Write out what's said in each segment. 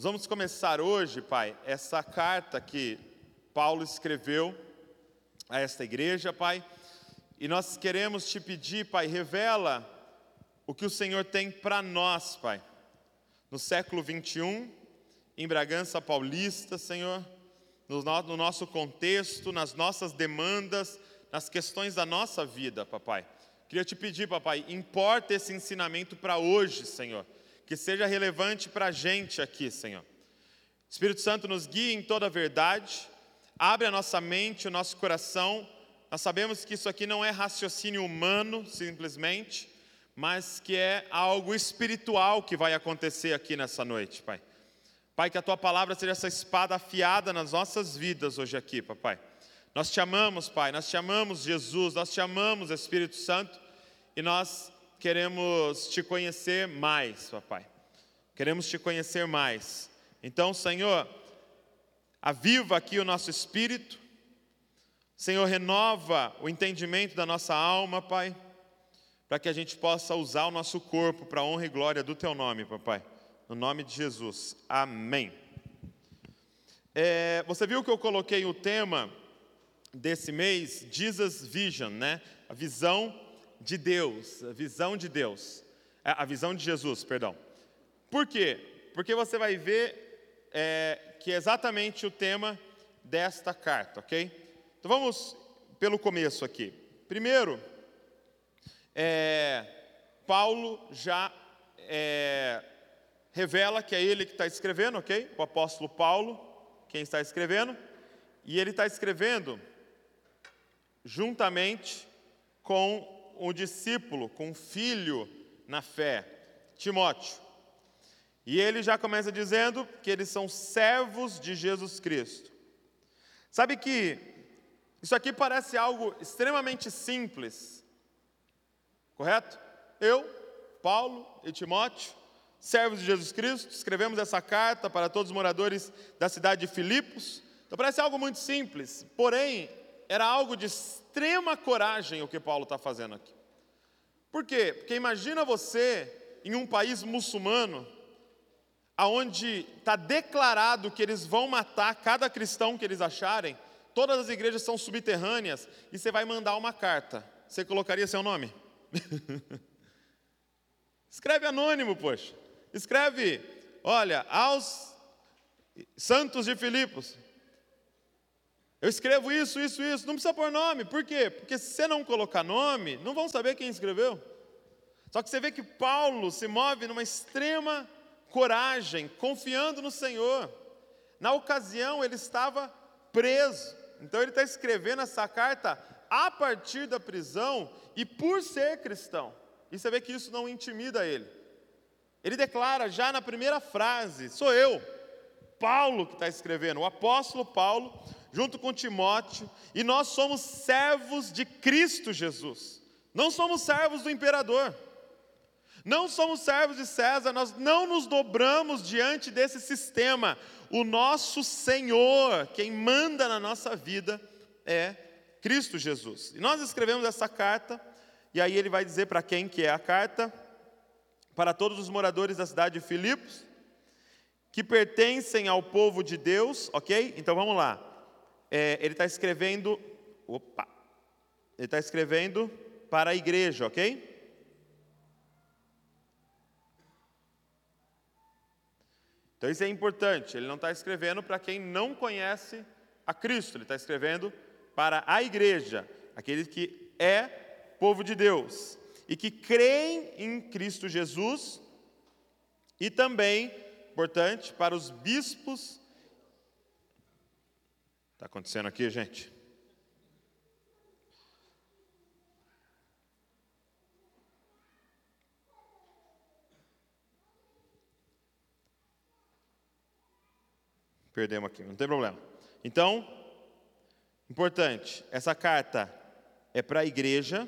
Nós vamos começar hoje, Pai, essa carta que Paulo escreveu a esta igreja, Pai. E nós queremos te pedir, Pai, revela o que o Senhor tem para nós, Pai. No século 21, em Bragança Paulista, Senhor, no nosso contexto, nas nossas demandas, nas questões da nossa vida, Papai. Queria te pedir, Papai, importa esse ensinamento para hoje, Senhor. Que seja relevante para a gente aqui, Senhor. Espírito Santo nos guie em toda a verdade, abre a nossa mente, o nosso coração. Nós sabemos que isso aqui não é raciocínio humano, simplesmente, mas que é algo espiritual que vai acontecer aqui nessa noite, Pai. Pai, que a Tua palavra seja essa espada afiada nas nossas vidas hoje aqui, Papai. Nós te amamos, Pai, nós te amamos, Jesus, nós te amamos, Espírito Santo, e nós queremos te conhecer mais, Papai. Queremos te conhecer mais. Então, Senhor, aviva aqui o nosso espírito. Senhor, renova o entendimento da nossa alma, Pai, para que a gente possa usar o nosso corpo para a honra e glória do Teu nome, Papai. No nome de Jesus. Amém. Você viu que eu coloquei o tema desse mês, Jesus Vision, né? A visão de Deus, a visão de Deus, a visão de Jesus, perdão. Por quê? Porque você vai ver que é exatamente o tema desta carta, ok? Então vamos pelo começo aqui. Primeiro, Paulo já revela que é ele que está escrevendo, ok? O apóstolo Paulo, quem está escrevendo, e ele está escrevendo juntamente com o discípulo, com o filho na fé, Timóteo. E ele já começa dizendo que eles são servos de Jesus Cristo. Sabe que isso aqui parece algo extremamente simples, correto? Eu, Paulo e Timóteo, servos de Jesus Cristo, escrevemos essa carta para todos os moradores da cidade de Filipos. Então parece algo muito simples, porém, era algo de extrema coragem o que Paulo está fazendo aqui. Por quê? Porque imagina você em um país muçulmano, onde está declarado que eles vão matar cada cristão que eles acharem, todas as igrejas são subterrâneas, e você vai mandar uma carta. Você colocaria seu nome? Escreve anônimo, poxa. Escreve, olha, aos santos de Filipos. Eu escrevo isso, não precisa pôr nome. Por quê? Porque se você não colocar nome, não vão saber quem escreveu. Só que você vê que Paulo se move numa extrema coragem, confiando no Senhor. Na ocasião, ele estava preso. Então, ele está escrevendo essa carta a partir da prisão e por ser cristão. E você vê que isso não intimida ele. Ele declara já na primeira frase, sou eu, Paulo que está escrevendo, o apóstolo Paulo, junto com Timóteo, e nós somos servos de Cristo Jesus. Não somos servos do imperador. Não somos servos de César, nós não nos dobramos diante desse sistema. O nosso Senhor, quem manda na nossa vida, é Cristo Jesus. E nós escrevemos essa carta, e aí ele vai dizer para quem que é a carta, para todos os moradores da cidade de Filipos, que pertencem ao povo de Deus, ok? Então vamos lá. Ele está escrevendo, ele está escrevendo para a igreja, ok? Então isso é importante, ele não está escrevendo para quem não conhece a Cristo, ele está escrevendo para a igreja, aquele que é povo de Deus, e que creem em Cristo Jesus, e também, importante, para os bispos. Está acontecendo aqui, gente? Perdemos aqui, não tem problema. Então, importante, essa carta é para a igreja,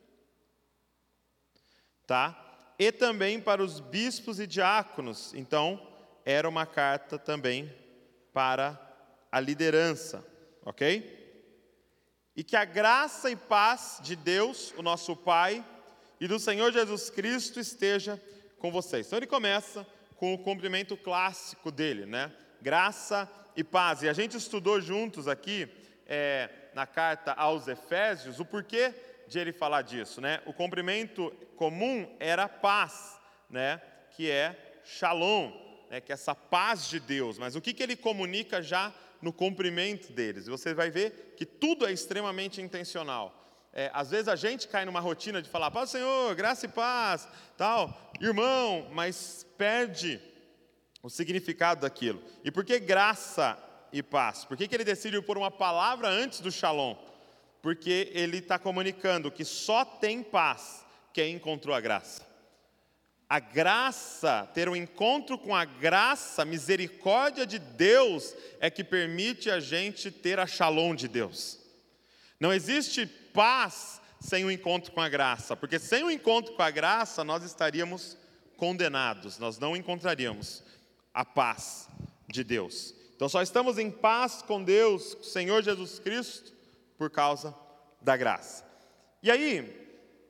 tá? E também para os bispos e diáconos. Então, era uma carta também para a liderança, ok? E que a graça e paz de Deus, o nosso Pai, e do Senhor Jesus Cristo esteja com vocês. Então ele começa com o cumprimento clássico dele, né? Graça e paz. E a gente estudou juntos aqui, na carta aos Efésios, o porquê de ele falar disso, né? O cumprimento comum era paz, né? Que é shalom, né? Que é essa paz de Deus. Mas o que ele comunica já no cumprimento deles? Você vai ver que tudo é extremamente intencional. Às vezes a gente cai numa rotina de falar, paz do Senhor, graça e paz, tal, irmão, mas perde o significado daquilo. E por que graça e paz? Por que ele decide pôr uma palavra antes do shalom? Porque ele está comunicando que só tem paz quem encontrou a graça. A graça, ter um encontro com a graça, a misericórdia de Deus, é que permite a gente ter a shalom de Deus. Não existe paz sem o encontro com a graça, porque sem o encontro com a graça, nós estaríamos condenados, nós não encontraríamos a paz de Deus. Então só estamos em paz com Deus, Senhor Jesus Cristo, por causa da graça. E aí,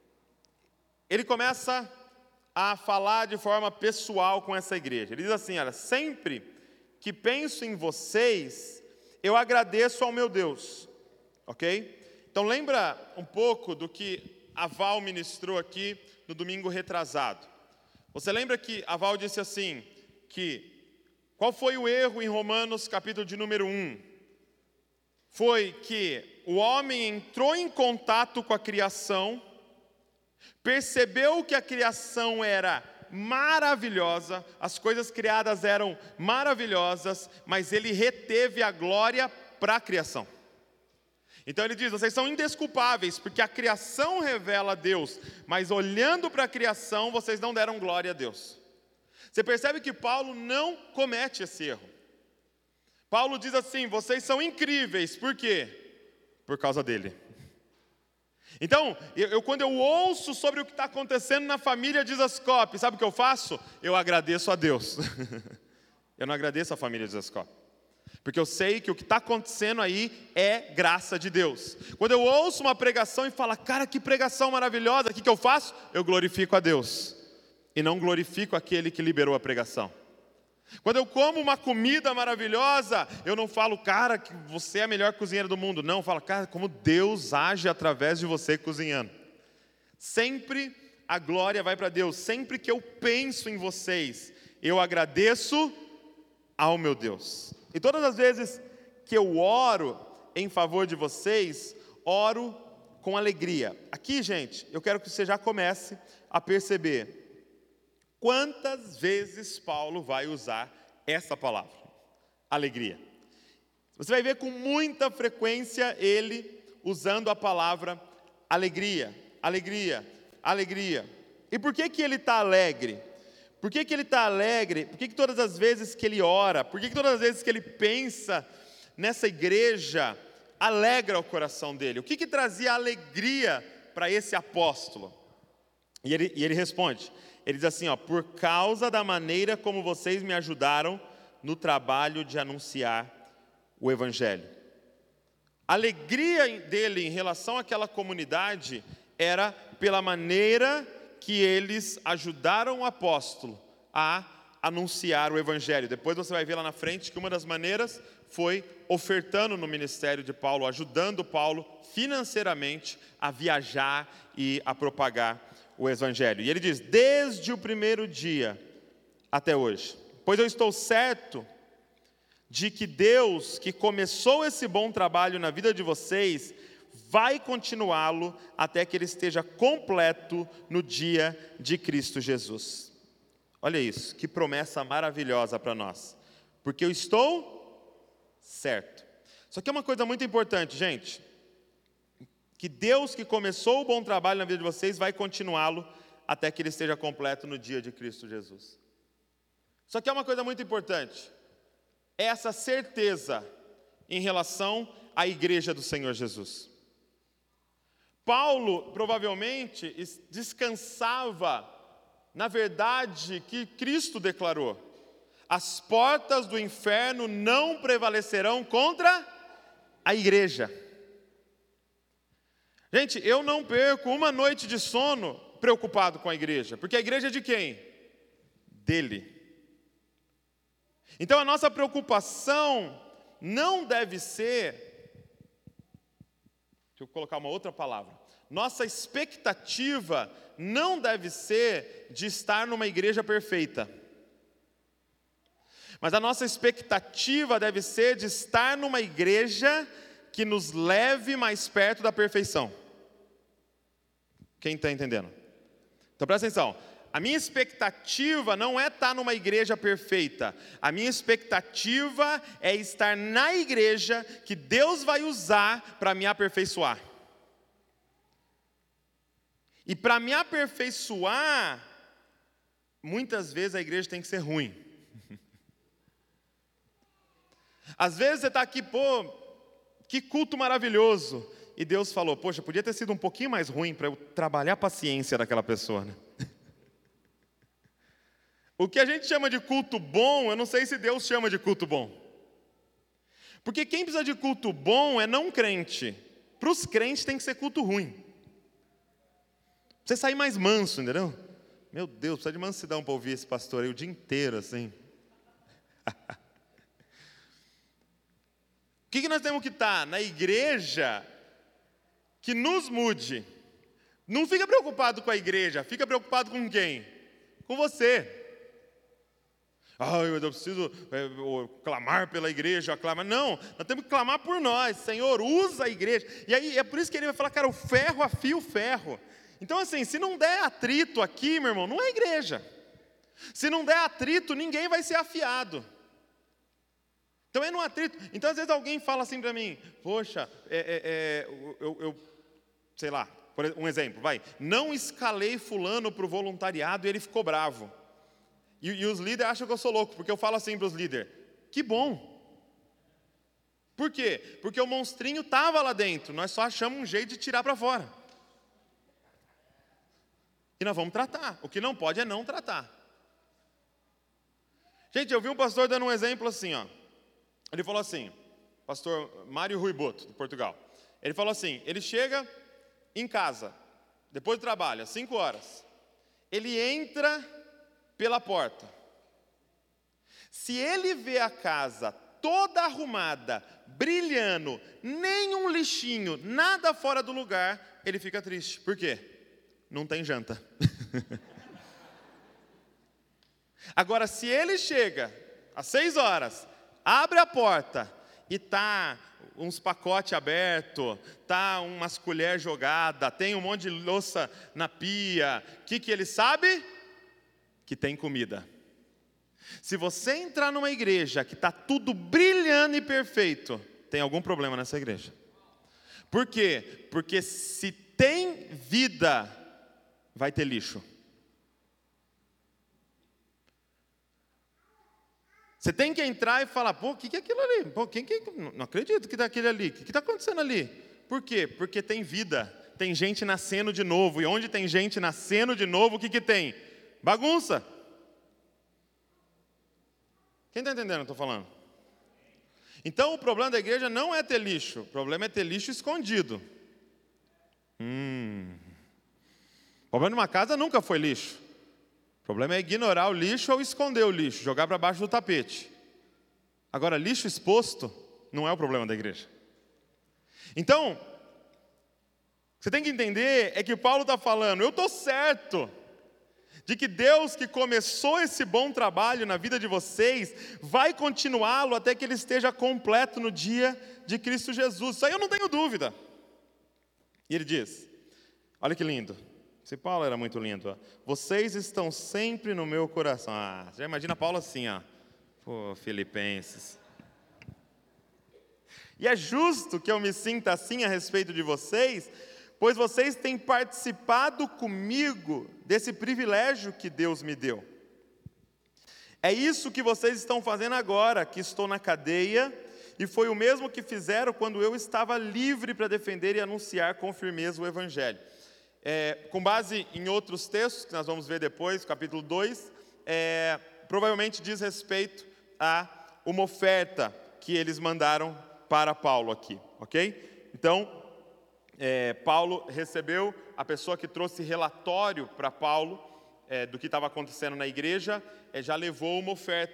ele começa a falar de forma pessoal com essa igreja. Ele diz assim, olha, sempre que penso em vocês, eu agradeço ao meu Deus, ok? Então lembra um pouco do que a Val ministrou aqui no domingo retrasado. Você lembra que a Val disse assim, qual foi o erro em Romanos capítulo de número 1? Foi que o homem entrou em contato com a criação, percebeu que a criação era maravilhosa, as coisas criadas eram maravilhosas, mas ele reteve a glória para a criação. Então ele diz, vocês são indesculpáveis, porque a criação revela a Deus, mas olhando para a criação, vocês não deram glória a Deus. Você percebe que Paulo não comete esse erro. Paulo diz assim, vocês são incríveis, por quê? Por causa dele. Então, quando eu ouço sobre o que está acontecendo na família de Zascope, sabe o que eu faço? Eu agradeço a Deus. Eu não agradeço a família de Zascope. Porque eu sei que o que está acontecendo aí é graça de Deus. Quando eu ouço uma pregação e falo, cara, que pregação maravilhosa, o que eu faço? Eu glorifico a Deus. E não glorifico aquele que liberou a pregação. Quando eu como uma comida maravilhosa, eu não falo, cara, que você é a melhor cozinheira do mundo. Não, eu falo, cara, como Deus age através de você cozinhando. Sempre a glória vai para Deus. Sempre que eu penso em vocês, eu agradeço ao meu Deus. E todas as vezes que eu oro em favor de vocês, oro com alegria. Aqui, gente, eu quero que você já comece a perceber quantas vezes Paulo vai usar essa palavra, alegria. Você vai ver com muita frequência ele usando a palavra alegria, alegria, alegria. E por que ele está alegre? Por que ele está alegre? Por que todas as vezes que ele ora, por que todas as vezes que ele pensa nessa igreja, alegra o coração dele? O que trazia alegria para esse apóstolo? E ele responde, ele diz assim, por causa da maneira como vocês me ajudaram no trabalho de anunciar o Evangelho. A alegria dele em relação àquela comunidade era pela maneira que eles ajudaram o apóstolo a anunciar o Evangelho. Depois você vai ver lá na frente que uma das maneiras foi ofertando no ministério de Paulo, ajudando Paulo financeiramente a viajar e a propagar o Evangelho. E ele diz, desde o primeiro dia até hoje, pois eu estou certo de que Deus, que começou esse bom trabalho na vida de vocês, vai continuá-lo até que ele esteja completo no dia de Cristo Jesus. Olha isso, que promessa maravilhosa para nós. Porque eu estou certo. Isso aqui é uma coisa muito importante, gente. Que Deus que começou o bom trabalho na vida de vocês vai continuá-lo até que ele esteja completo no dia de Cristo Jesus. Isso aqui é uma coisa muito importante. É essa certeza em relação à igreja do Senhor Jesus. Paulo provavelmente descansava na verdade que Cristo declarou: as portas do inferno não prevalecerão contra a igreja. Gente, eu não perco uma noite de sono preocupado com a igreja, porque a igreja é de quem? Dele. Então a nossa preocupação não deve ser, deixa eu colocar uma outra palavra, nossa expectativa não deve ser de estar numa igreja perfeita. Mas a nossa expectativa deve ser de estar numa igreja que nos leve mais perto da perfeição. Quem está entendendo? Então presta atenção. A minha expectativa não é estar numa igreja perfeita. A minha expectativa é estar na igreja que Deus vai usar para me aperfeiçoar. E para me aperfeiçoar, muitas vezes a igreja tem que ser ruim. Às vezes você está aqui, pô, que culto maravilhoso. E Deus falou, poxa, podia ter sido um pouquinho mais ruim para eu trabalhar a paciência daquela pessoa, né? O que a gente chama de culto bom, eu não sei se Deus chama de culto bom. Porque quem precisa de culto bom é não crente. Para os crentes tem que ser culto ruim. Você sair mais manso, entendeu? Meu Deus, precisa de mansidão para ouvir esse pastor aí o dia inteiro, assim. O que nós temos que estar? Na igreja que nos mude. Não fica preocupado com a igreja, fica preocupado com quem? Com você. Eu preciso clamar pela igreja, clamar. Não, nós temos que clamar por nós. Senhor, usa a igreja. E aí é por isso que ele vai falar, cara, o ferro afia o ferro. Então assim, se não der atrito aqui, meu irmão, não é igreja. Se não der atrito, ninguém vai ser afiado. Então é no atrito. Então às vezes alguém fala assim para mim, poxa, eu sei lá, por um exemplo, não escalei fulano para o voluntariado e ele ficou bravo. E os líderes acham que eu sou louco, porque eu falo assim para os líderes, que bom. Por quê? Porque o monstrinho estava lá dentro, nós só achamos um jeito de tirar para fora. E nós vamos tratar, o que não pode é não tratar. Gente, eu vi um pastor dando um exemplo assim, ó. Ele falou assim, pastor Mário Rui Boto, de Portugal. Ele falou assim, ele chega em casa, depois do trabalho, às 5 horas. Ele entra pela porta. Se ele vê a casa toda arrumada, brilhando, nenhum lixinho, nada fora do lugar, ele fica triste. Por quê? Não tem janta. Agora, se ele chega às 6 horas, abre a porta e tá uns pacotes abertos, tá umas colheres jogadas, tem um monte de louça na pia, o que ele sabe? Que tem comida. Se você entrar numa igreja que está tudo brilhando e perfeito, tem algum problema nessa igreja. Por quê? Porque se tem vida, vai ter lixo. Você tem que entrar e falar, pô, o que é aquilo ali? Pô, não acredito que está aquele ali. O que está acontecendo ali? Por quê? Porque tem vida. Tem gente nascendo de novo. E onde tem gente nascendo de novo, o que tem? Bagunça. Quem está entendendo o que eu estou falando? Então o problema da igreja não é ter lixo. O problema é ter lixo escondido. O problema de uma casa nunca foi lixo. O problema é ignorar o lixo ou esconder o lixo, jogar para baixo do tapete. Agora, lixo exposto não é o problema da igreja. Então, você tem que entender é que Paulo está falando, eu estou certo de que Deus que começou esse bom trabalho na vida de vocês, vai continuá-lo até que ele esteja completo no dia de Cristo Jesus. Isso aí eu não tenho dúvida. E ele diz, olha que lindo. Esse Paulo era muito lindo. Ó. Vocês estão sempre no meu coração. Você já imagina Paulo assim, ó. Pô, Filipenses. E é justo que eu me sinta assim a respeito de vocês, pois vocês têm participado comigo desse privilégio que Deus me deu. É isso que vocês estão fazendo agora, que estou na cadeia, e foi o mesmo que fizeram quando eu estava livre para defender e anunciar com firmeza o Evangelho. Com base em outros textos, que nós vamos ver depois, capítulo 2, provavelmente diz respeito a uma oferta que eles mandaram para Paulo aqui, ok? Então, Paulo recebeu, a pessoa que trouxe relatório para Paulo do que estava acontecendo na igreja, já levou uma oferta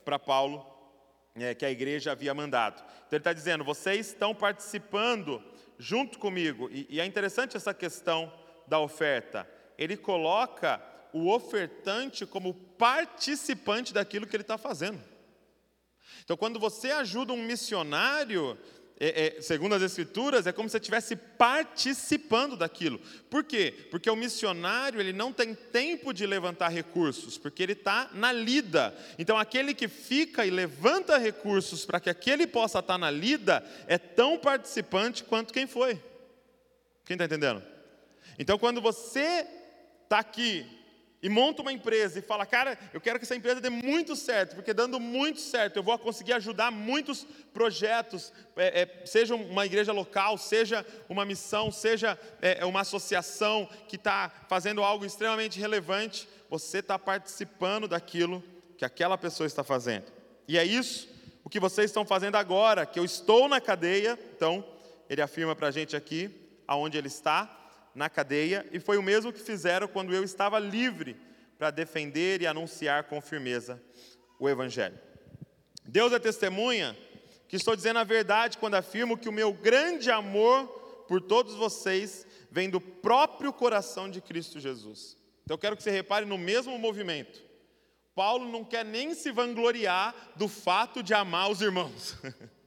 para Paulo, que a igreja havia mandado. Então ele está dizendo, vocês estão participando junto comigo. E é interessante essa questão da oferta. Ele coloca o ofertante como participante daquilo que ele está fazendo. Então quando você ajuda um missionário, segundo as Escrituras, é como se você estivesse participando daquilo. Por quê? Porque o missionário ele não tem tempo de levantar recursos, porque ele está na lida. Então aquele que fica e levanta recursos para que aquele possa estar na lida, é tão participante quanto quem foi. Quem está entendendo? Então quando você está aqui e monta uma empresa e fala, cara, eu quero que essa empresa dê muito certo, porque dando muito certo, eu vou conseguir ajudar muitos projetos, seja uma igreja local, seja uma missão, seja uma associação que está fazendo algo extremamente relevante, você está participando daquilo que aquela pessoa está fazendo. E é isso o que vocês estão fazendo agora, que eu estou na cadeia. Então, ele afirma para a gente aqui, aonde ele está, na cadeia, e foi o mesmo que fizeram quando eu estava livre para defender e anunciar com firmeza o Evangelho. Deus é testemunha que estou dizendo a verdade quando afirmo que o meu grande amor por todos vocês vem do próprio coração de Cristo Jesus. Então eu quero que você repare no mesmo movimento. Paulo não quer nem se vangloriar do fato de amar os irmãos.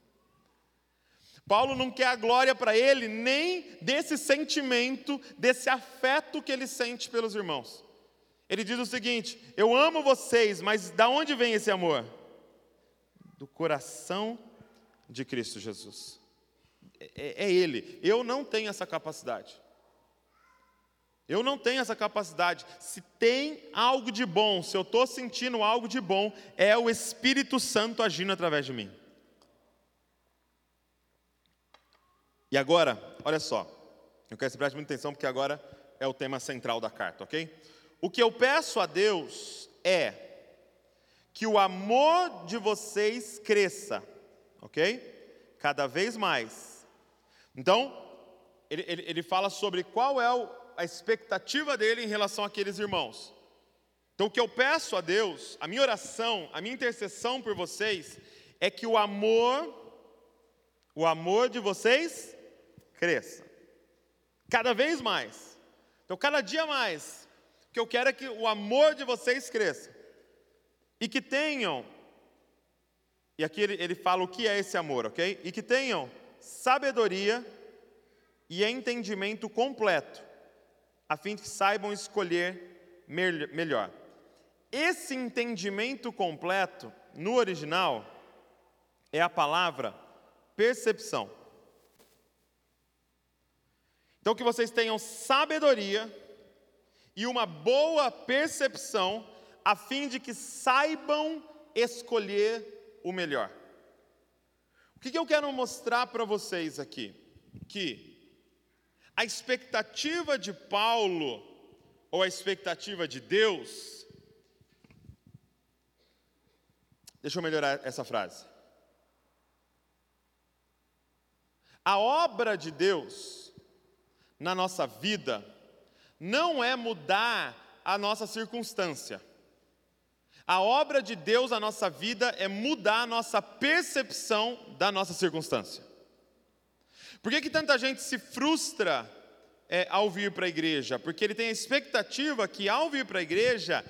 Paulo não quer a glória para ele, nem desse sentimento, desse afeto que ele sente pelos irmãos. Ele diz o seguinte, eu amo vocês, mas de onde vem esse amor? Do coração de Cristo Jesus. É Ele. Eu não tenho essa capacidade. Eu não tenho essa capacidade. Se tem algo de bom, se eu estou sentindo algo de bom, é o Espírito Santo agindo através de mim. E agora, olha só, eu quero que você preste muita atenção, porque agora é o tema central da carta, ok? O que eu peço a Deus é que o amor de vocês cresça, ok? Cada vez mais. Então, ele fala sobre qual é a expectativa dele em relação àqueles irmãos. Então, o que eu peço a Deus, a minha oração, a minha intercessão por vocês, é que o amor de vocês cresça. Cada vez mais. Então, cada dia mais. O que eu quero é que o amor de vocês cresça. E que tenham, e aqui ele fala o que é esse amor, ok? E que tenham sabedoria e entendimento completo, a fim de que saibam escolher melhor. Esse entendimento completo, no original, é a palavra percepção. Então, que vocês tenham sabedoria e uma boa percepção, a fim de que saibam escolher o melhor. O que eu quero mostrar para vocês aqui? Que a expectativa de Paulo, ou a expectativa de Deus, deixa eu melhorar essa frase. A obra de Deus na nossa vida não é mudar a nossa circunstância. A obra de Deus na nossa vida é mudar a nossa percepção da nossa circunstância. Por que tanta gente se frustra ao vir para a igreja? Porque ele tem a expectativa que ao vir para a igreja,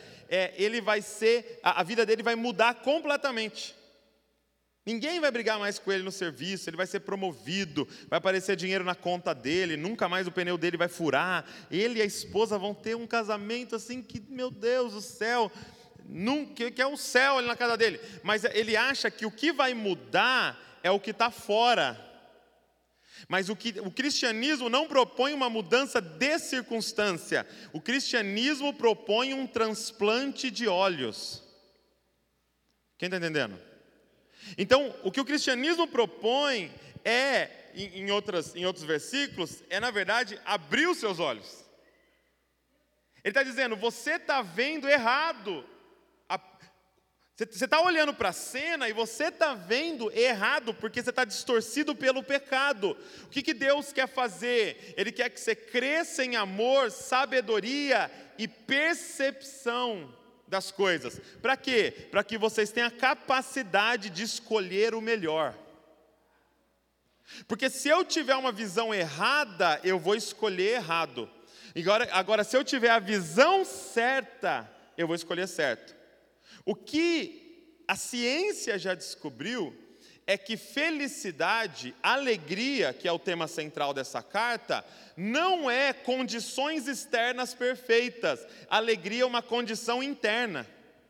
a vida dele vai mudar completamente. Ninguém vai brigar mais com ele no serviço, ele vai ser promovido, vai aparecer dinheiro na conta dele, nunca mais o pneu dele vai furar, ele e a esposa vão ter um casamento assim que, meu Deus do céu, que é o céu ali na casa dele. Mas ele acha que o que vai mudar é o que está fora. Mas o cristianismo não propõe uma mudança de circunstância, o cristianismo propõe um transplante de olhos. Quem está entendendo? Então, o que o cristianismo propõe em outros versículos, na verdade, abrir os seus olhos. Ele está dizendo, você está vendo errado. Você está olhando para a cena e você está vendo errado, porque você está distorcido pelo pecado. O que Deus quer fazer? Ele quer que você cresça em amor, sabedoria e percepção das coisas. Para quê? Para que vocês tenham a capacidade de escolher o melhor. Porque se eu tiver uma visão errada, eu vou escolher errado. Agora, se eu tiver a visão certa, eu vou escolher certo. O que a ciência já descobriu é que felicidade, alegria, que é o tema central dessa carta, não é condições externas perfeitas. Alegria é uma condição interna.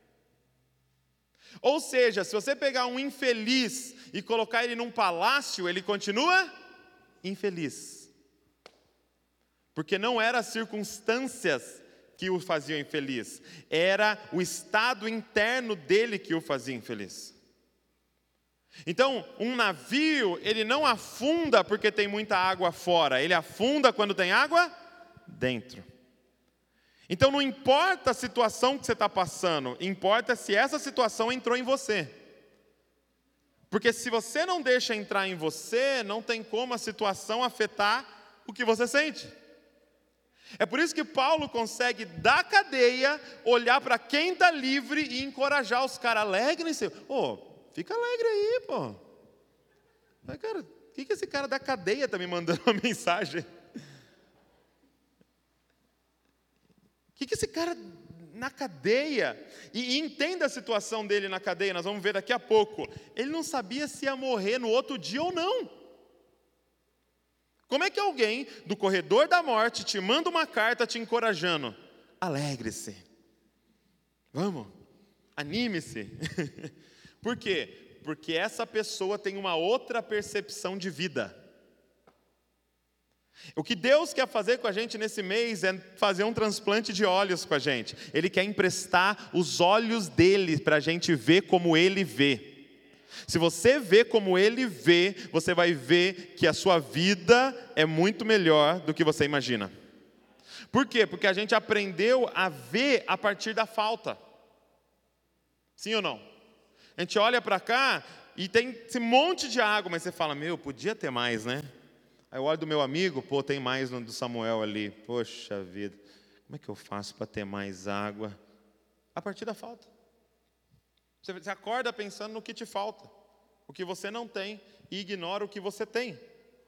Ou seja, se você pegar um infeliz e colocar ele num palácio, ele continua infeliz. Porque não eram as circunstâncias que o faziam infeliz, era o estado interno dele que o fazia infeliz. Então, um navio, ele não afunda porque tem muita água fora, ele afunda quando tem água dentro. Então, não importa a situação que você está passando, importa se essa situação entrou em você. Porque se você não deixa entrar em você, não tem como a situação afetar o que você sente. É por isso que Paulo consegue, da cadeia, olhar para quem está livre e encorajar os caras. Alegrem-se. Fica alegre aí, pô. Mas, cara, o que esse cara da cadeia está me mandando uma mensagem? O que esse cara na cadeia? E entenda a situação dele na cadeia, nós vamos ver daqui a pouco. Ele não sabia se ia morrer no outro dia ou não. Como é que alguém do corredor da morte te manda uma carta te encorajando? Alegre-se. Vamos, anime-se. Por quê? Porque essa pessoa tem uma outra percepção de vida. O que Deus quer fazer com a gente nesse mês é fazer um transplante de olhos com a gente. Ele quer emprestar os olhos dele para a gente ver como ele vê. Se você vê como ele vê, você vai ver que a sua vida é muito melhor do que você imagina. Por quê? Porque a gente aprendeu a ver a partir da falta. Sim ou não? A gente olha para cá e tem esse monte de água, mas você fala, podia ter mais, né? Aí eu olho do meu amigo, tem mais no do Samuel ali. Poxa vida, como é que eu faço para ter mais água? A partir da falta. Você acorda pensando no que te falta, o que você não tem, e ignora o que você tem.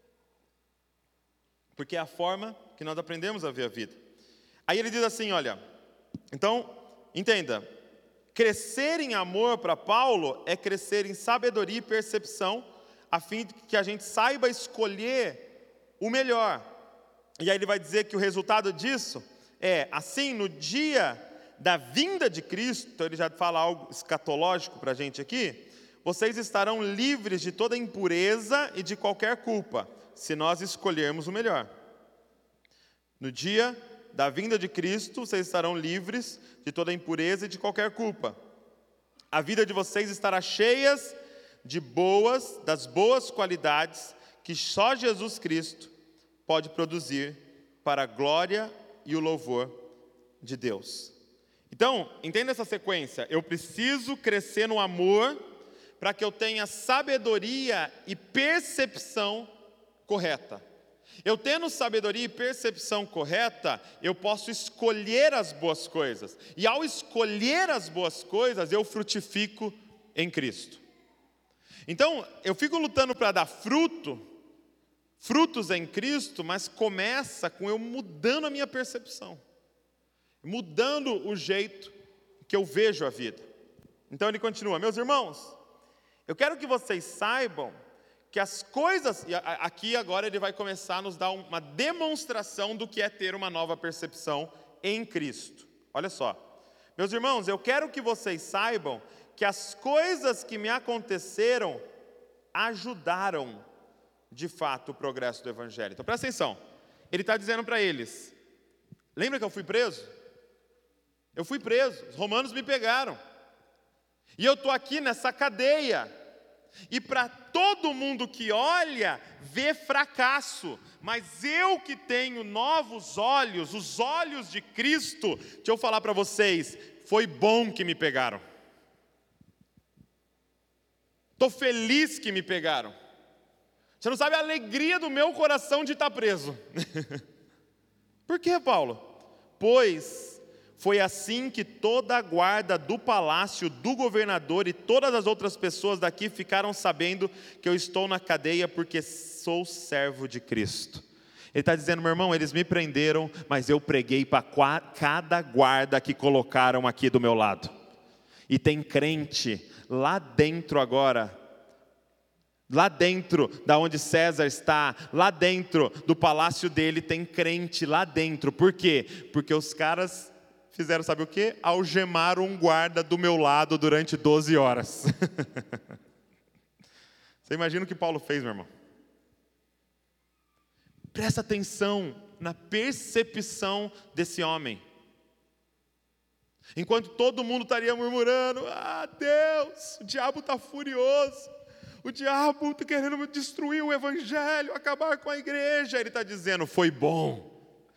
Porque é a forma que nós aprendemos a ver a vida. Aí ele diz assim, olha, então, entenda, crescer em amor para Paulo é crescer em sabedoria e percepção, a fim de que a gente saiba escolher o melhor. E aí ele vai dizer que o resultado disso é, assim, no dia da vinda de Cristo, então ele já fala algo escatológico para a gente aqui, vocês estarão livres de toda impureza e de qualquer culpa, se nós escolhermos o melhor. No dia da vinda de Cristo, vocês estarão livres de toda impureza e de qualquer culpa. A vida de vocês estará cheia das boas qualidades que só Jesus Cristo pode produzir para a glória e o louvor de Deus. Então, entenda essa sequência. Eu preciso crescer no amor para que eu tenha sabedoria e percepção correta. Eu tendo sabedoria e percepção correta, eu posso escolher as boas coisas. E ao escolher as boas coisas, eu frutifico em Cristo. Então, eu fico lutando para dar frutos em Cristo, mas começa com eu mudando a minha percepção. Mudando o jeito que eu vejo a vida. Então ele continua, meus irmãos, eu quero que vocês saibam que as coisas, e aqui agora ele vai começar a nos dar uma demonstração do que é ter uma nova percepção em Cristo. Olha só, meus irmãos, eu quero que vocês saibam que as coisas que me aconteceram ajudaram de fato o progresso do Evangelho. Então presta atenção, ele está dizendo para eles, lembra que eu fui preso? Eu fui preso, os romanos me pegaram. E eu estou aqui nessa cadeia. E para todo mundo que olha, vê fracasso. Mas eu que tenho novos olhos, os olhos de Cristo, deixa eu falar para vocês, foi bom que me pegaram. Estou feliz que me pegaram. Você não sabe a alegria do meu coração de estar preso. Por quê, Paulo? Pois Foi assim que toda a guarda do palácio, do governador e todas as outras pessoas daqui ficaram sabendo que eu estou na cadeia porque sou servo de Cristo. Ele está dizendo, meu irmão, eles me prenderam, mas eu preguei para cada guarda que colocaram aqui do meu lado. E tem crente lá dentro agora, lá dentro da onde César está, lá dentro do palácio dele, tem crente lá dentro. Por quê? Porque os caras fizeram, sabe o quê? Algemaram um guarda do meu lado durante 12 horas. Você imagina o que Paulo fez, meu irmão? Presta atenção na percepção desse homem. Enquanto todo mundo estaria murmurando, Deus, o diabo está furioso, o diabo está querendo destruir o evangelho, acabar com a igreja. Ele está dizendo, foi bom.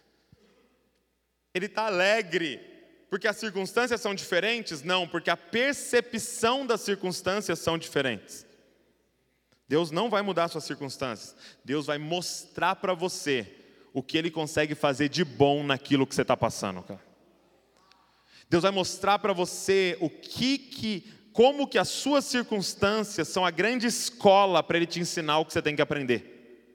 Ele está alegre, porque as circunstâncias são diferentes? Não, porque a percepção das circunstâncias são diferentes. Deus não vai mudar suas circunstâncias. Deus vai mostrar para você o que Ele consegue fazer de bom naquilo que você está passando, cara. Deus vai mostrar para você como que as suas circunstâncias são a grande escola para Ele te ensinar o que você tem que aprender.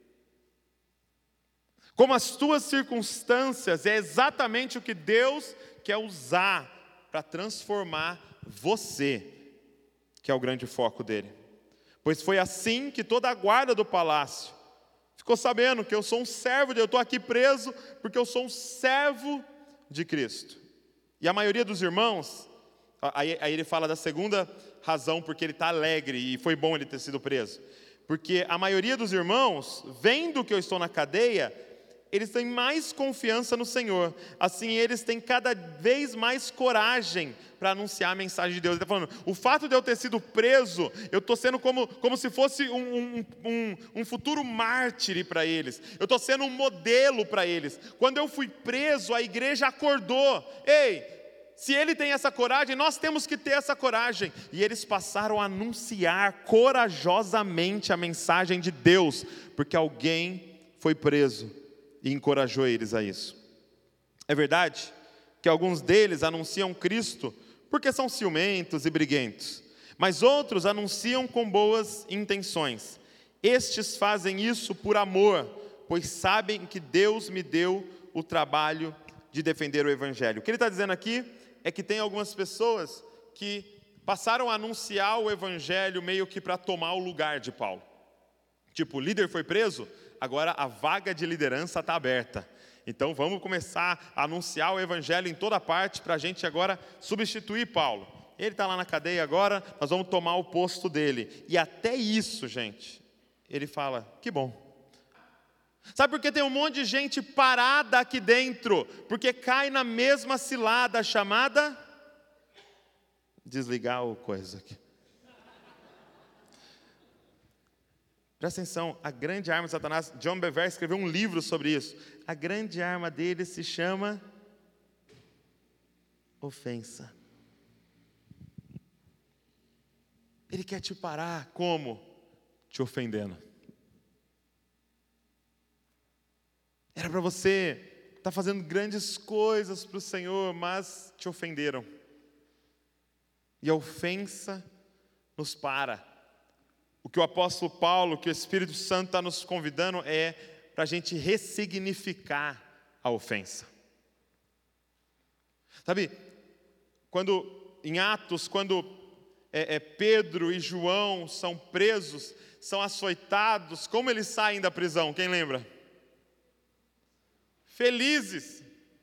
Como as tuas circunstâncias é exatamente o que Deus quer usar para transformar você, que é o grande foco dele. Pois foi assim que toda a guarda do palácio ficou sabendo que eu sou um servo eu estou aqui preso porque eu sou um servo de Cristo. E a maioria dos irmãos, aí ele fala da segunda razão porque ele está alegre e foi bom ele ter sido preso. Porque a maioria dos irmãos, vendo que eu estou na cadeia, eles têm mais confiança no Senhor. Assim, eles têm cada vez mais coragem para anunciar a mensagem de Deus. Ele está falando, o fato de eu ter sido preso, eu estou sendo como se fosse um futuro mártir para eles. Eu estou sendo um modelo para eles. Quando eu fui preso, a igreja acordou. Ei, se ele tem essa coragem, nós temos que ter essa coragem. E eles passaram a anunciar corajosamente a mensagem de Deus, porque alguém foi preso e encorajou eles a isso. É verdade que alguns deles anunciam Cristo porque são ciumentos e briguentos, mas outros anunciam com boas intenções. Estes fazem isso por amor, pois sabem que Deus me deu o trabalho de defender o evangelho. O que ele está dizendo aqui é que tem algumas pessoas que passaram a anunciar o evangelho meio que para tomar o lugar de Paulo. Tipo, o líder foi preso, agora a vaga de liderança está aberta. Então vamos começar a anunciar o evangelho em toda parte para a gente agora substituir Paulo. Ele está lá na cadeia agora, nós vamos tomar o posto dele. E até isso, gente, ele fala, que bom. Sabe por que tem um monte de gente parada aqui dentro? Porque cai na mesma cilada chamada desligar o coisa aqui. Presta atenção, a grande arma de Satanás, John Bevere escreveu um livro sobre isso. A grande arma dele se chama ofensa. Ele quer te parar como? Te ofendendo. Era para você estar fazendo grandes coisas para o Senhor, mas te ofenderam. E a ofensa nos para. O que o apóstolo Paulo, que o Espírito Santo está nos convidando é para a gente ressignificar a ofensa. Sabe, em Atos, quando Pedro e João são presos, são açoitados, como eles saem da prisão? Quem lembra? Felizes.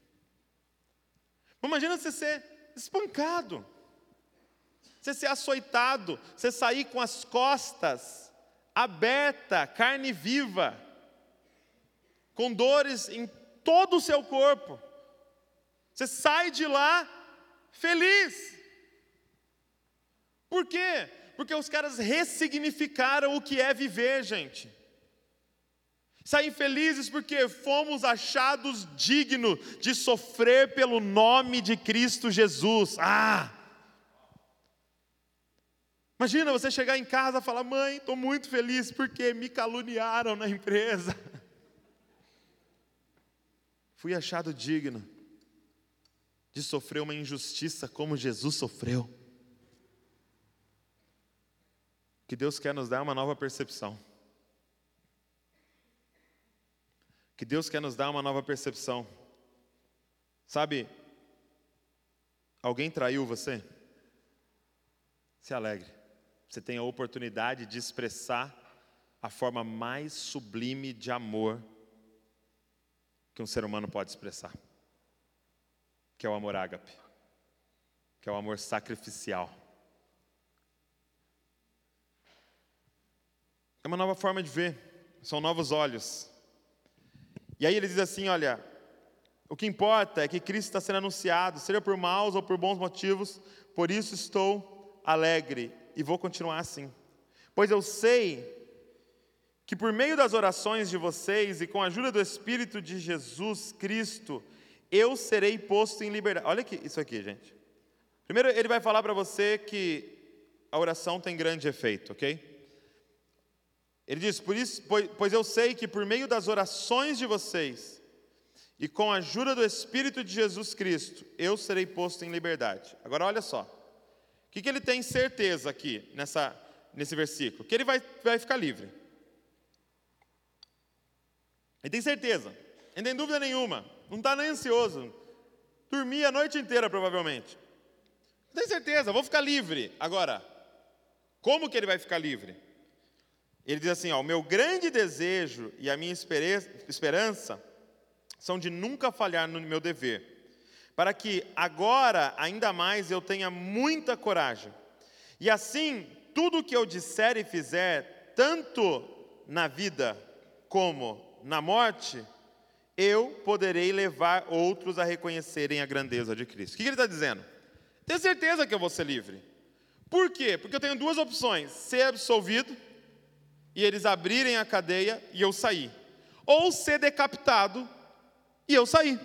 Imagina você ser espancado. Você ser açoitado, você sair com as costas abertas, carne viva, com dores em todo o seu corpo. Você sai de lá feliz. Por quê? Porque os caras ressignificaram o que é viver, gente. Saem felizes porque fomos achados dignos de sofrer pelo nome de Cristo Jesus. Imagina você chegar em casa e falar, mãe, estou muito feliz porque me caluniaram na empresa. Fui achado digno de sofrer uma injustiça como Jesus sofreu. Que Deus quer nos dar uma nova percepção. Que Deus quer nos dar uma nova percepção. Sabe, alguém traiu você? Se alegre. Você tem a oportunidade de expressar a forma mais sublime de amor que um ser humano pode expressar. Que é o amor ágape. Que é o amor sacrificial. É uma nova forma de ver. São novos olhos. E aí ele diz assim, olha, o que importa é que Cristo está sendo anunciado, seja por maus ou por bons motivos, por isso estou alegre e vou continuar assim. Pois eu sei que por meio das orações de vocês e com a ajuda do Espírito de Jesus Cristo, eu serei posto em liberdade. Olha aqui, isso aqui, gente. Primeiro ele vai falar para você que a oração tem grande efeito, ok? Ele diz, pois eu sei que por meio das orações de vocês e com a ajuda do Espírito de Jesus Cristo, eu serei posto em liberdade. Agora olha só, o que ele tem certeza aqui nesse versículo? Que ele vai ficar livre. Ele tem certeza, ele não tem dúvida nenhuma, não está nem ansioso, dormia a noite inteira provavelmente. Tem certeza, vou ficar livre. Agora, como que ele vai ficar livre? Ele diz assim, ó, o meu grande desejo e a minha esperança são de nunca falhar no meu dever, para que agora, ainda mais, eu tenha muita coragem. E assim, tudo o que eu disser e fizer, tanto na vida como na morte, eu poderei levar outros a reconhecerem a grandeza de Cristo. O que ele está dizendo? Tenho certeza que eu vou ser livre. Por quê? Porque eu tenho duas opções, ser absolvido, e eles abrirem a cadeia e eu sair. Ou ser decapitado e eu sair.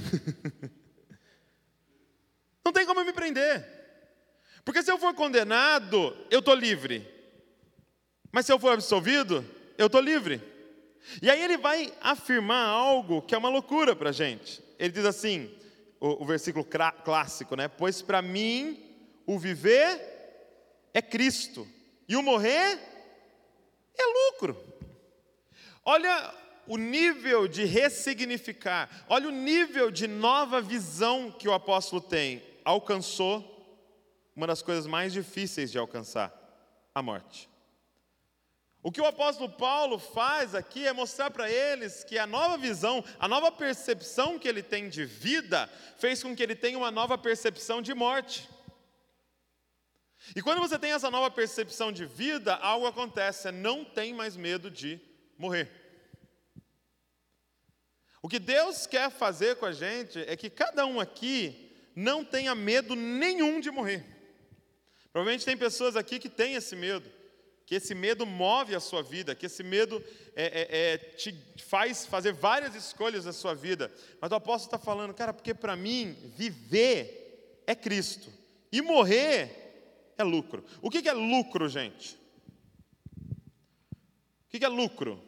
Não tem como me prender. Porque se eu for condenado, eu estou livre. Mas se eu for absolvido, eu estou livre. E aí ele vai afirmar algo que é uma loucura para a gente. Ele diz assim, o versículo clássico, né? Pois para mim o viver é Cristo e o morrer é lucro. Olha o nível de ressignificar, olha o nível de nova visão que o apóstolo tem. Alcançou uma das coisas mais difíceis de alcançar, a morte. O que o apóstolo Paulo faz aqui é mostrar para eles que a nova visão, a nova percepção que ele tem de vida, fez com que ele tenha uma nova percepção de morte. E quando você tem essa nova percepção de vida, algo acontece, você não tem mais medo de morrer. O que Deus quer fazer com a gente é que cada um aqui não tenha medo nenhum de morrer. Provavelmente tem pessoas aqui que têm esse medo, que esse medo move a sua vida, que esse medo te faz fazer várias escolhas na sua vida. Mas o apóstolo está falando, cara, porque para mim, viver é Cristo, e morrer é lucro. O que é lucro, gente? O que é lucro?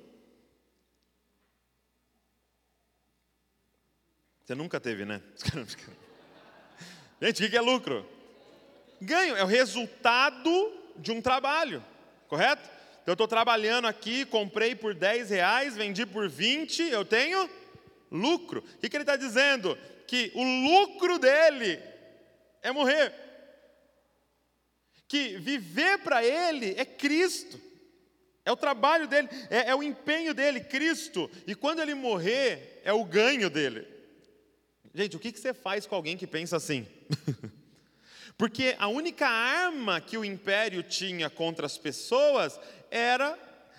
Você nunca teve, né? Gente, o que é lucro? Ganho, é o resultado de um trabalho, correto? Então eu estou trabalhando aqui, comprei por R$10, vendi por 20, eu tenho lucro. O que ele está dizendo? Que o lucro dele é morrer. Que viver para ele é Cristo. É o trabalho dele, é o empenho dele, Cristo. E quando ele morrer, é o ganho dele. Gente, o que você faz com alguém que pensa assim? Porque a única arma que o império tinha contra as pessoas era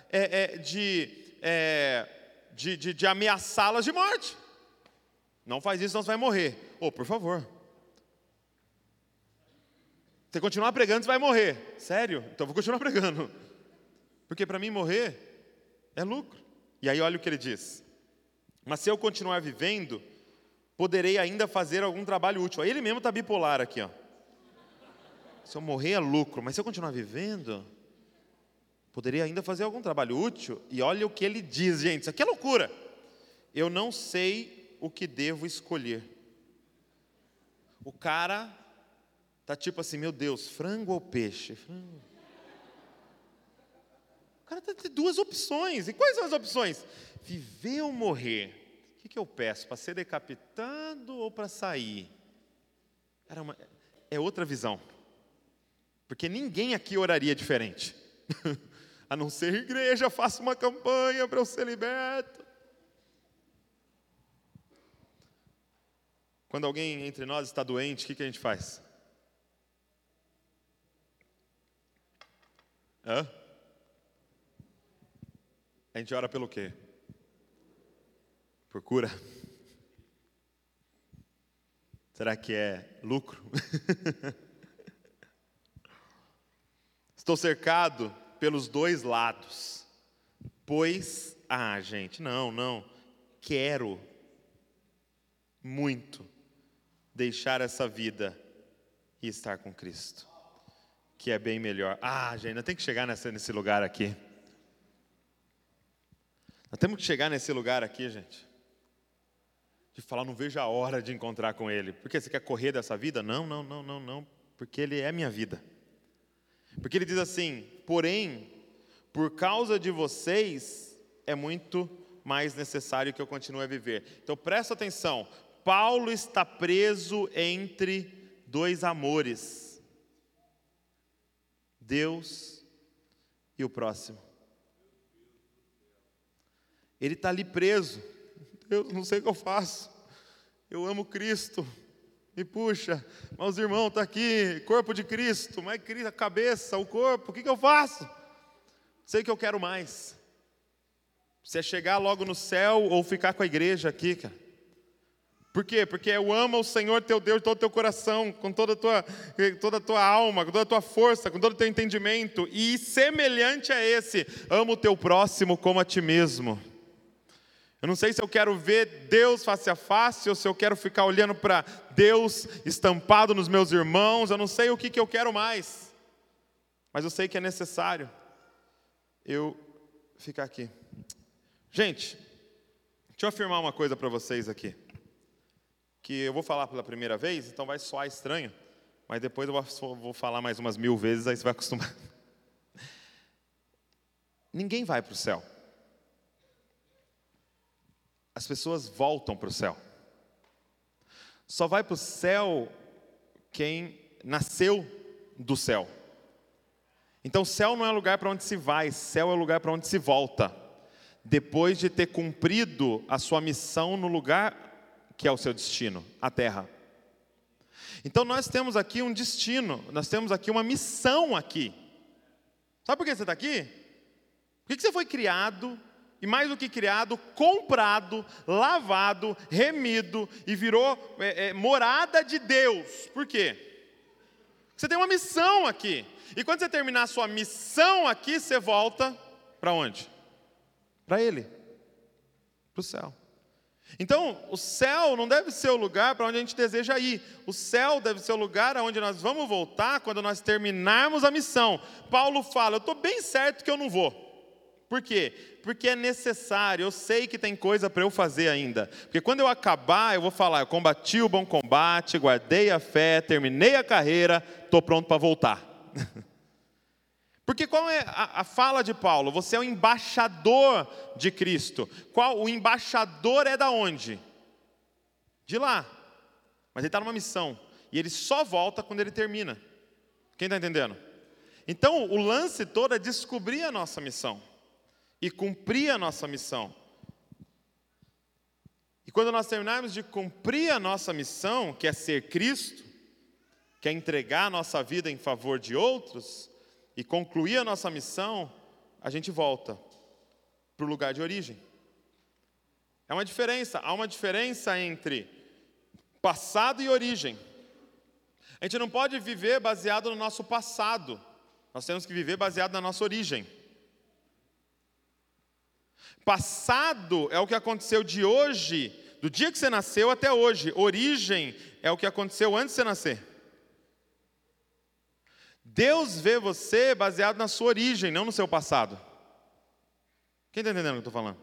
de ameaçá-las de morte. Não faz isso, senão você vai morrer. Por favor. Você continuar pregando, você vai morrer. Sério? Então eu vou continuar pregando. Porque para mim morrer é lucro. E aí olha o que ele diz. Mas se eu continuar vivendo, poderei ainda fazer algum trabalho útil. Aí ele mesmo está bipolar aqui, ó. Se eu morrer é lucro, mas se eu continuar vivendo, poderia ainda fazer algum trabalho útil. E olha o que ele diz, gente, isso aqui é loucura. Eu não sei o que devo escolher. O cara tá tipo assim, meu Deus, frango ou peixe? Frango. O cara tem duas opções. E quais são as opções? Viver ou morrer? O que eu peço? Para ser decapitado ou para sair? É outra visão. Porque ninguém aqui oraria diferente. A não ser igreja, faça uma campanha para eu ser liberto. Quando alguém entre nós está doente, o que a gente faz? A gente ora pelo quê? Por cura? Será que é lucro? Estou cercado pelos dois lados. Pois, gente, não. Quero muito deixar essa vida e estar com Cristo, que é bem melhor. Gente, nós temos que chegar nesse lugar aqui. Nós temos que chegar nesse lugar aqui, gente, de falar, não vejo a hora de encontrar com Ele. Porque você quer correr dessa vida? Não, porque Ele é a minha vida. Porque Ele diz assim, porém, por causa de vocês, é muito mais necessário que eu continue a viver. Então presta atenção, Paulo está preso entre dois amores, Deus e o próximo. Ele está ali preso. Deus, não sei o que eu faço. Eu amo Cristo. E puxa, mas os irmãos estão aqui, corpo de Cristo, mas Cristo, a cabeça, o corpo, o que eu faço? Sei que eu quero mais. Se é chegar logo no céu ou ficar com a igreja aqui, cara. Por quê? Porque eu amo o Senhor teu Deus de todo o teu coração, com toda a tua alma, com toda a tua força, com todo o teu entendimento. E semelhante a esse, amo o teu próximo como a ti mesmo. Eu não sei se eu quero ver Deus face a face, ou se eu quero ficar olhando para Deus estampado nos meus irmãos. Eu não sei o que eu quero mais. Mas eu sei que é necessário eu ficar aqui. Gente, deixa eu afirmar uma coisa para vocês aqui. Que eu vou falar pela primeira vez, então vai soar estranho. Mas depois eu vou falar mais umas 1000 vezes, aí você vai acostumar. Ninguém vai para o céu. As pessoas voltam para o céu. Só vai para o céu quem nasceu do céu. Então, céu não é lugar para onde se vai, céu é lugar para onde se volta. Depois de ter cumprido a sua missão no lugar que é o seu destino, a terra. Então, nós temos aqui um destino, nós temos aqui uma missão aqui. Sabe por que você está aqui? Por que você foi criado? E mais do que criado, comprado, lavado, remido e virou morada de Deus. Por quê? Você tem uma missão aqui. E quando você terminar a sua missão aqui, você volta para onde? Para Ele. Para o céu. Então, o céu não deve ser o lugar para onde a gente deseja ir. O céu deve ser o lugar aonde nós vamos voltar quando nós terminarmos a missão. Paulo fala, eu estou bem certo que eu não vou. Por quê? Porque é necessário, eu sei que tem coisa para eu fazer ainda. Porque quando eu acabar, eu vou falar, eu combati o bom combate, guardei a fé, terminei a carreira, estou pronto para voltar. Porque qual é a fala de Paulo? Você é o embaixador de Cristo. O embaixador é da onde? De lá. Mas ele está numa missão. E ele só volta quando ele termina. Quem está entendendo? Então, o lance todo é descobrir a nossa missão. E cumprir a nossa missão. E quando nós terminarmos de cumprir a nossa missão, que é ser Cristo, que é entregar a nossa vida em favor de outros, e concluir a nossa missão, a gente volta para o lugar de origem. Há uma diferença entre passado e origem. A gente não pode viver baseado no nosso passado, nós temos que viver baseado na nossa origem. Passado é o que aconteceu de hoje, do dia que você nasceu até hoje. Origem é o que aconteceu antes de você nascer. Deus vê você baseado na sua origem, não no seu passado. Quem está entendendo o que eu estou falando?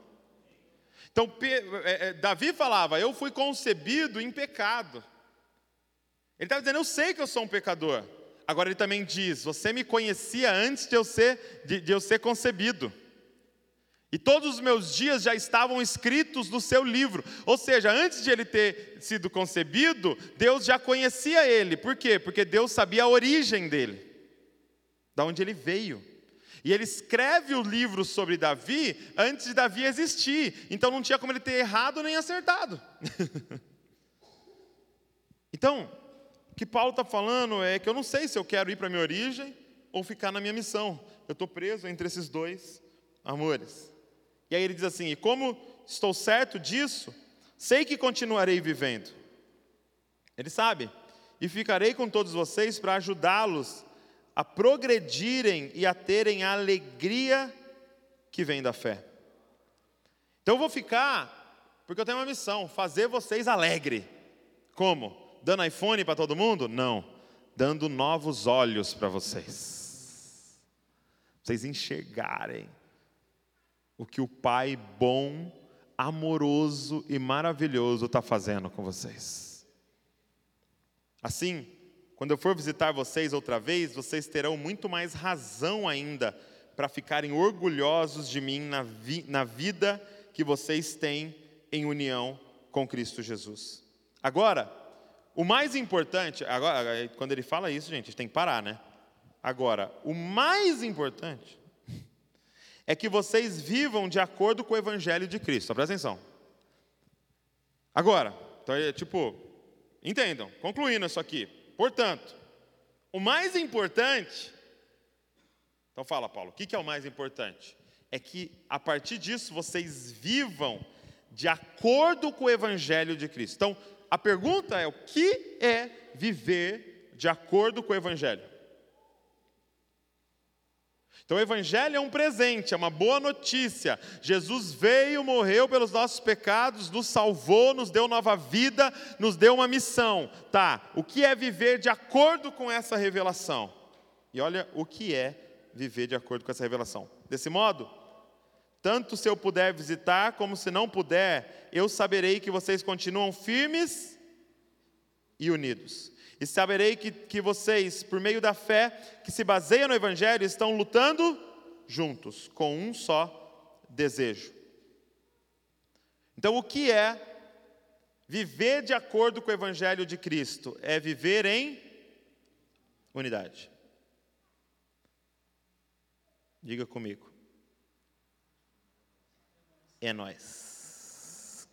Então, Davi falava, eu fui concebido em pecado. Ele estava dizendo, eu sei que eu sou um pecador. Agora ele também diz, você me conhecia antes de eu ser concebido. E todos os meus dias já estavam escritos no seu livro. Ou seja, antes de ele ter sido concebido, Deus já conhecia ele. Por quê? Porque Deus sabia a origem dele, de onde ele veio. E ele escreve o livro sobre Davi antes de Davi existir. Então não tinha como ele ter errado nem acertado. Então, o que Paulo está falando é que eu não sei se eu quero ir para a minha origem ou ficar na minha missão. Eu estou preso entre esses dois amores. E aí ele diz assim, e como estou certo disso, sei que continuarei vivendo. Ele sabe, e ficarei com todos vocês para ajudá-los a progredirem e a terem a alegria que vem da fé. Então eu vou ficar, porque eu tenho uma missão, fazer vocês alegres. Como? Dando iPhone para todo mundo? Não, dando novos olhos para vocês. Vocês enxergarem o que o Pai bom, amoroso e maravilhoso está fazendo com vocês. Assim, quando eu for visitar vocês outra vez, vocês terão muito mais razão ainda para ficarem orgulhosos de mim na vida que vocês têm em união com Cristo Jesus. Agora, o mais importante, agora, quando ele fala isso, gente, a gente tem que parar, né? Agora, o mais importante é que vocês vivam de acordo com o Evangelho de Cristo. Presta atenção. Agora, então entendam, concluindo isso aqui. Portanto, o mais importante, então fala, Paulo, o que é o mais importante? É que a partir disso vocês vivam de acordo com o Evangelho de Cristo. Então, a pergunta é, o que é viver de acordo com o Evangelho? Então o Evangelho é um presente, é uma boa notícia. Jesus veio, morreu pelos nossos pecados, nos salvou, nos deu nova vida, nos deu uma missão. Tá, o que é viver de acordo com essa revelação? E olha o que é viver de acordo com essa revelação. Desse modo, tanto se eu puder visitar, como se não puder, eu saberei que vocês continuam firmes e unidos. E saberei que vocês, por meio da fé, que se baseia no Evangelho, estão lutando juntos, com um só desejo. Então, o que é viver de acordo com o Evangelho de Cristo? É viver em unidade. Diga comigo. É nós.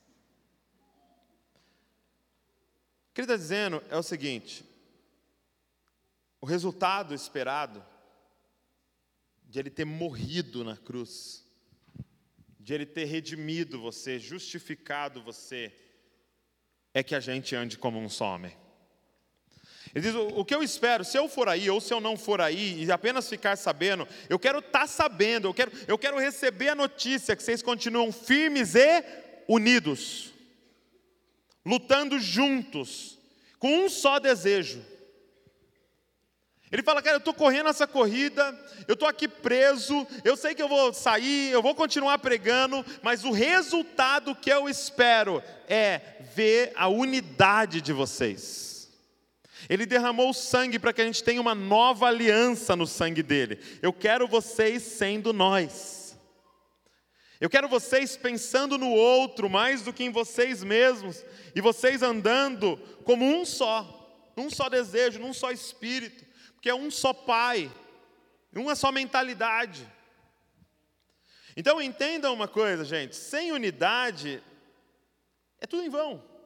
O que ele está dizendo é o seguinte: o resultado esperado de ele ter morrido na cruz, de ele ter redimido você, justificado você, é que a gente ande como um só homem. Ele diz, o que eu espero, se eu for aí ou se eu não for aí, e apenas ficar sabendo, eu quero estar sabendo, eu quero receber a notícia que vocês continuam firmes e unidos, lutando juntos, com um só desejo. Ele fala, cara, eu estou correndo essa corrida, eu estou aqui preso, eu sei que eu vou sair, eu vou continuar pregando, mas o resultado que eu espero é ver a unidade de vocês. Ele derramou o sangue para que a gente tenha uma nova aliança no sangue dele. Eu quero vocês sendo nós. Eu quero vocês pensando no outro mais do que em vocês mesmos, e vocês andando como um só desejo, num só espírito, porque é um só Pai, uma só mentalidade. Então entendam uma coisa, gente, sem unidade é tudo em vão.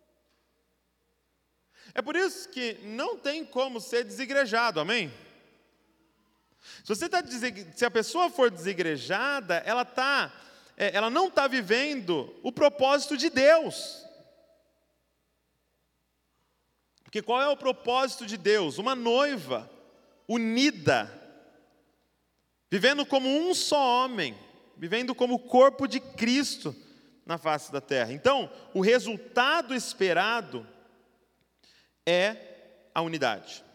É por isso que não tem como ser desigrejado, amém? Se a pessoa for desigrejada, ela não está vivendo o propósito de Deus. Porque qual é o propósito de Deus? Uma noiva unida, vivendo como um só homem, vivendo como o corpo de Cristo na face da terra. Então, o resultado esperado é a unidade.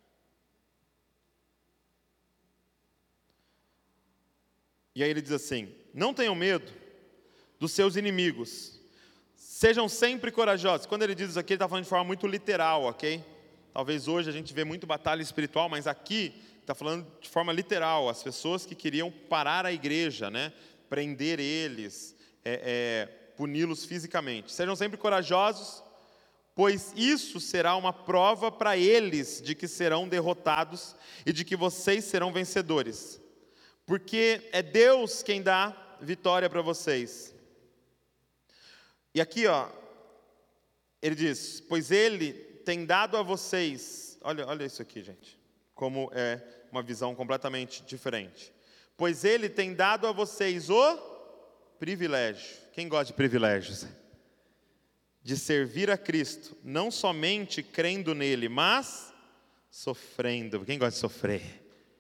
E aí ele diz assim, não tenham medo dos seus inimigos, sejam sempre corajosos. Quando ele diz isso aqui, ele está falando de forma muito literal, ok? Talvez hoje a gente vê muito batalha espiritual, mas aqui está falando de forma literal, as pessoas que queriam parar a igreja, né? Prender eles, puni-los fisicamente. Sejam sempre corajosos, pois isso será uma prova para eles de que serão derrotados e de que vocês serão vencedores. Porque é Deus quem dá vitória para vocês. E aqui, ele diz, pois Ele tem dado a vocês, olha isso aqui, gente, como é uma visão completamente diferente. Pois Ele tem dado a vocês o privilégio. Quem gosta de privilégios? De servir a Cristo, não somente crendo nele, mas sofrendo. Quem gosta de sofrer?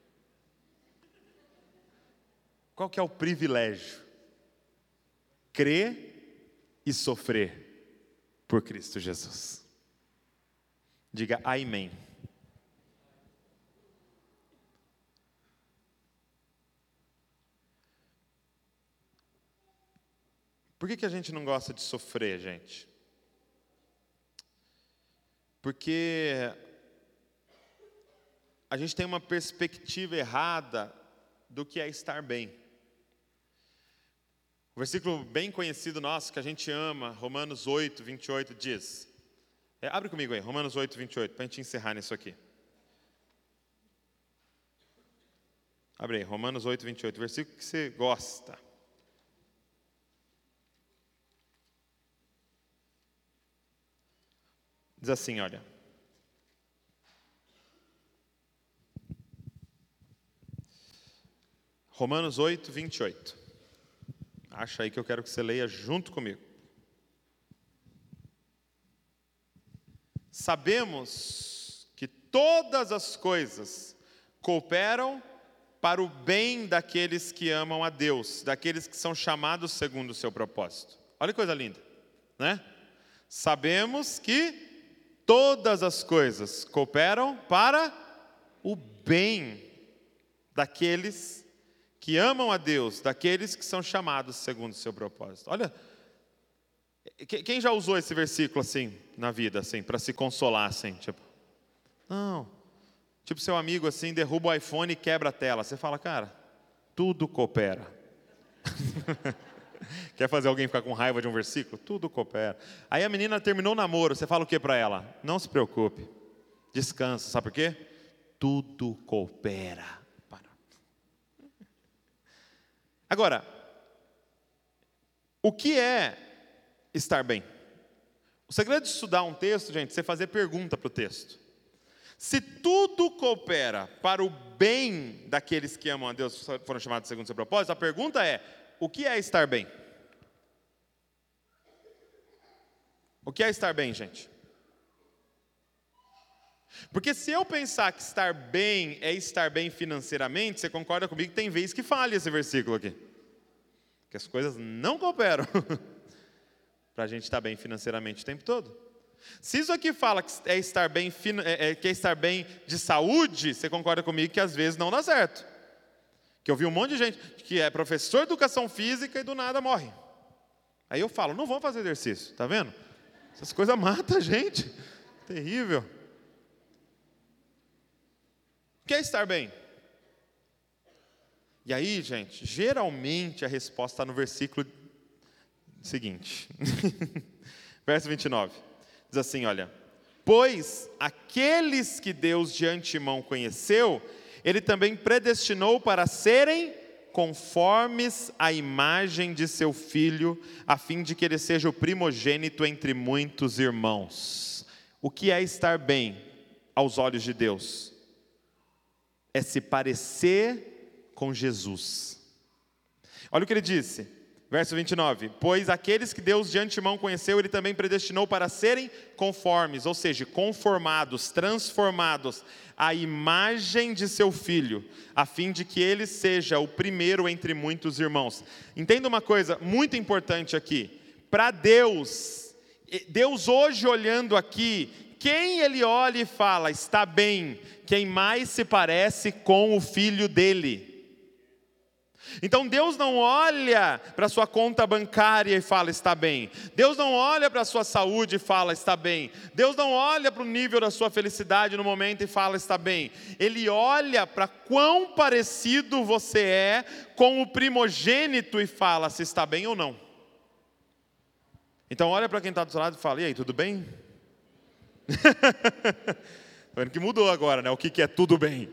Qual que é o privilégio? Crer e sofrer por Cristo Jesus. Diga amém. Por que a gente não gosta de sofrer, gente? Porque a gente tem uma perspectiva errada do que é estar bem. O versículo bem conhecido nosso, que a gente ama, Romanos 8, 28, diz. Abre comigo aí, Romanos 8, 28, para a gente encerrar nisso aqui. Abre aí, Romanos 8, 28, versículo que você gosta. Diz assim, olha. Romanos 8, 28. Acha aí que eu quero que você leia junto comigo. Sabemos que todas as coisas cooperam para o bem daqueles que amam a Deus, daqueles que são chamados segundo o seu propósito. Olha que coisa linda, né? Sabemos que todas as coisas cooperam para o bem daqueles que amam a Deus, daqueles que são chamados segundo o seu propósito. Olha, quem já usou esse versículo assim, na vida, assim, para se consolar, assim, tipo, não, tipo seu amigo assim, derruba o iPhone e quebra a tela, você fala, cara, tudo coopera. Quer fazer alguém ficar com raiva de um versículo? Tudo coopera. Aí a menina terminou o namoro, você fala o que para ela? Não se preocupe, descansa, sabe por quê? Tudo coopera. Agora, o que é estar bem? O segredo de estudar um texto, gente, é você fazer pergunta para o texto. Se tudo coopera para o bem daqueles que amam a Deus, foram chamados segundo o seu propósito, a pergunta é, o que é estar bem? O que é estar bem, gente? Porque se eu pensar que estar bem é estar bem financeiramente, você concorda comigo que tem vez que falha esse versículo aqui. Que as coisas não cooperam para a gente estar bem financeiramente o tempo todo. Se isso aqui fala que é estar bem, que é estar bem de saúde, você concorda comigo que às vezes não dá certo. Que eu vi um monte de gente que é professor de educação física e do nada morre. Aí eu falo, não vamos fazer exercício, tá vendo? Essas coisas matam a gente. Terrível. O que é estar bem? E aí, gente, geralmente a resposta está no versículo seguinte. Verso 29. Diz assim, olha. Pois aqueles que Deus de antemão conheceu, Ele também predestinou para serem conformes à imagem de seu Filho, a fim de que Ele seja o primogênito entre muitos irmãos. O que é estar bem aos olhos de Deus? É se parecer com Jesus. Olha o que ele disse, verso 29. Pois aqueles que Deus de antemão conheceu, Ele também predestinou para serem conformes, ou seja, conformados, transformados à imagem de seu Filho, a fim de que Ele seja o primeiro entre muitos irmãos. Entenda uma coisa muito importante aqui. Para Deus, Deus hoje olhando aqui, quem Ele olha e fala, está bem, quem mais se parece com o Filho dele. Então Deus não olha para a sua conta bancária e fala, está bem. Deus não olha para a sua saúde e fala, está bem. Deus não olha para o nível da sua felicidade no momento e fala, está bem. Ele olha para quão parecido você é com o primogênito e fala, se está bem ou não. Então olha para quem está do seu lado e fala, e aí, tudo bem? Está vendo que mudou agora, né? O que é tudo bem?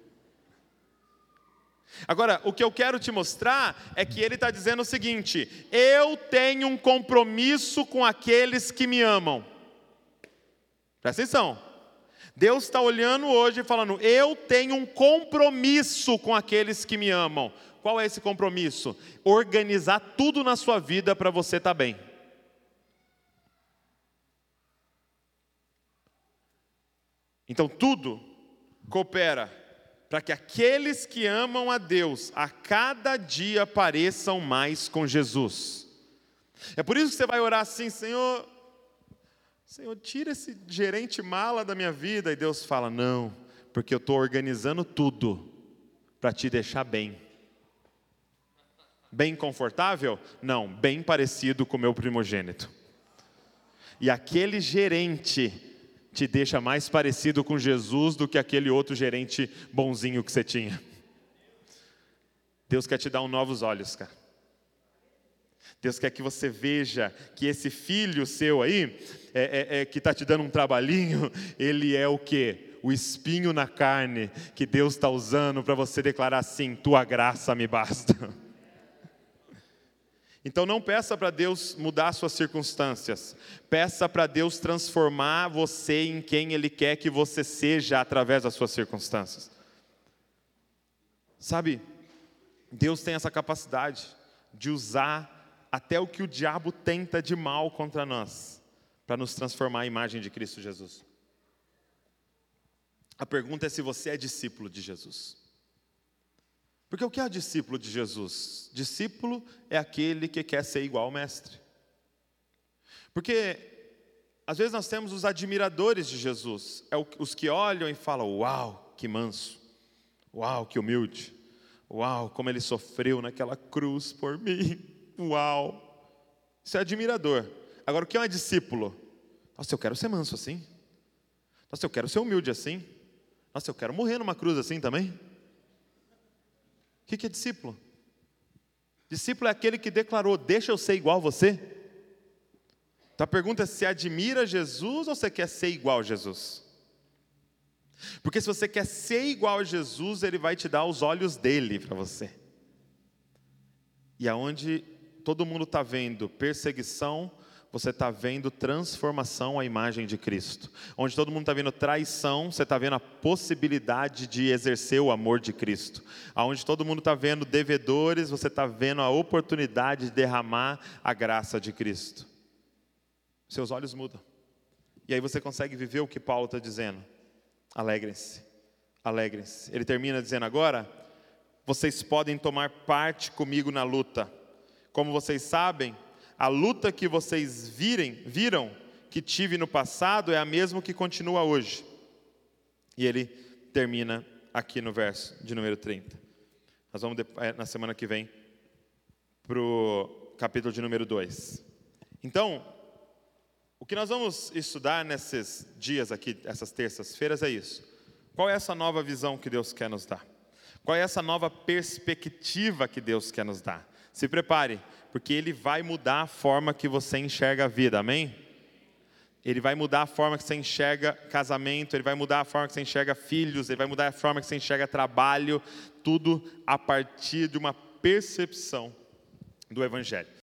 Agora, o que eu quero te mostrar é que ele está dizendo o seguinte, eu tenho um compromisso com aqueles que me amam. Presta atenção. Deus está olhando hoje e falando, eu tenho um compromisso com aqueles que me amam. Qual é esse compromisso? Organizar tudo na sua vida para você estar bem. Então tudo coopera para que aqueles que amam a Deus a cada dia pareçam mais com Jesus. É por isso que você vai orar assim, Senhor, tira esse gerente mala da minha vida. E Deus fala, não, porque eu estou organizando tudo para te deixar bem. Bem confortável? Não, bem parecido com o meu primogênito. E aquele gerente te deixa mais parecido com Jesus do que aquele outro gerente bonzinho que você tinha. Deus quer te dar novos olhos, cara. Deus quer que você veja que esse filho seu aí, que está te dando um trabalhinho, ele é o quê? O espinho na carne que Deus está usando para você declarar assim, tua graça me basta. Então não peça para Deus mudar suas circunstâncias. Peça para Deus transformar você em quem Ele quer que você seja através das suas circunstâncias. Sabe, Deus tem essa capacidade de usar até o que o diabo tenta de mal contra nós, para nos transformar à imagem de Cristo Jesus. A pergunta é se você é discípulo de Jesus. Porque o que é discípulo de Jesus? Discípulo é aquele que quer ser igual ao mestre. Porque às vezes nós temos os admiradores de Jesus, os que olham e falam, uau, que manso, uau, que humilde, uau, como ele sofreu naquela cruz por mim, uau. Isso é admirador. Agora o que é um discípulo? Nossa, eu quero ser manso assim. Nossa, eu quero ser humilde assim. Nossa, eu quero morrer numa cruz assim também. O que é discípulo? Discípulo é aquele que declarou, deixa eu ser igual a você. Então a pergunta é se admira Jesus ou você quer ser igual a Jesus? Porque se você quer ser igual a Jesus, Ele vai te dar os olhos dele para você. E aonde todo mundo está vendo perseguição, você está vendo transformação à imagem de Cristo. Onde todo mundo está vendo traição, você está vendo a possibilidade de exercer o amor de Cristo. Onde todo mundo está vendo devedores, você está vendo a oportunidade de derramar a graça de Cristo. Seus olhos mudam. E aí você consegue viver o que Paulo está dizendo. Alegrem-se, alegrem-se. Ele termina dizendo agora, vocês podem tomar parte comigo na luta. Como vocês sabem, a luta que vocês viram que tive no passado é a mesma que continua hoje. E ele termina aqui no verso de número 30. Nós vamos na semana que vem para o capítulo de número 2. Então, o que nós vamos estudar nesses dias aqui, essas terças-feiras, é isso. Qual é essa nova visão que Deus quer nos dar? Qual é essa nova perspectiva que Deus quer nos dar? Se prepare, porque Ele vai mudar a forma que você enxerga a vida, amém? Ele vai mudar a forma que você enxerga casamento, Ele vai mudar a forma que você enxerga filhos, Ele vai mudar a forma que você enxerga trabalho, tudo a partir de uma percepção do Evangelho.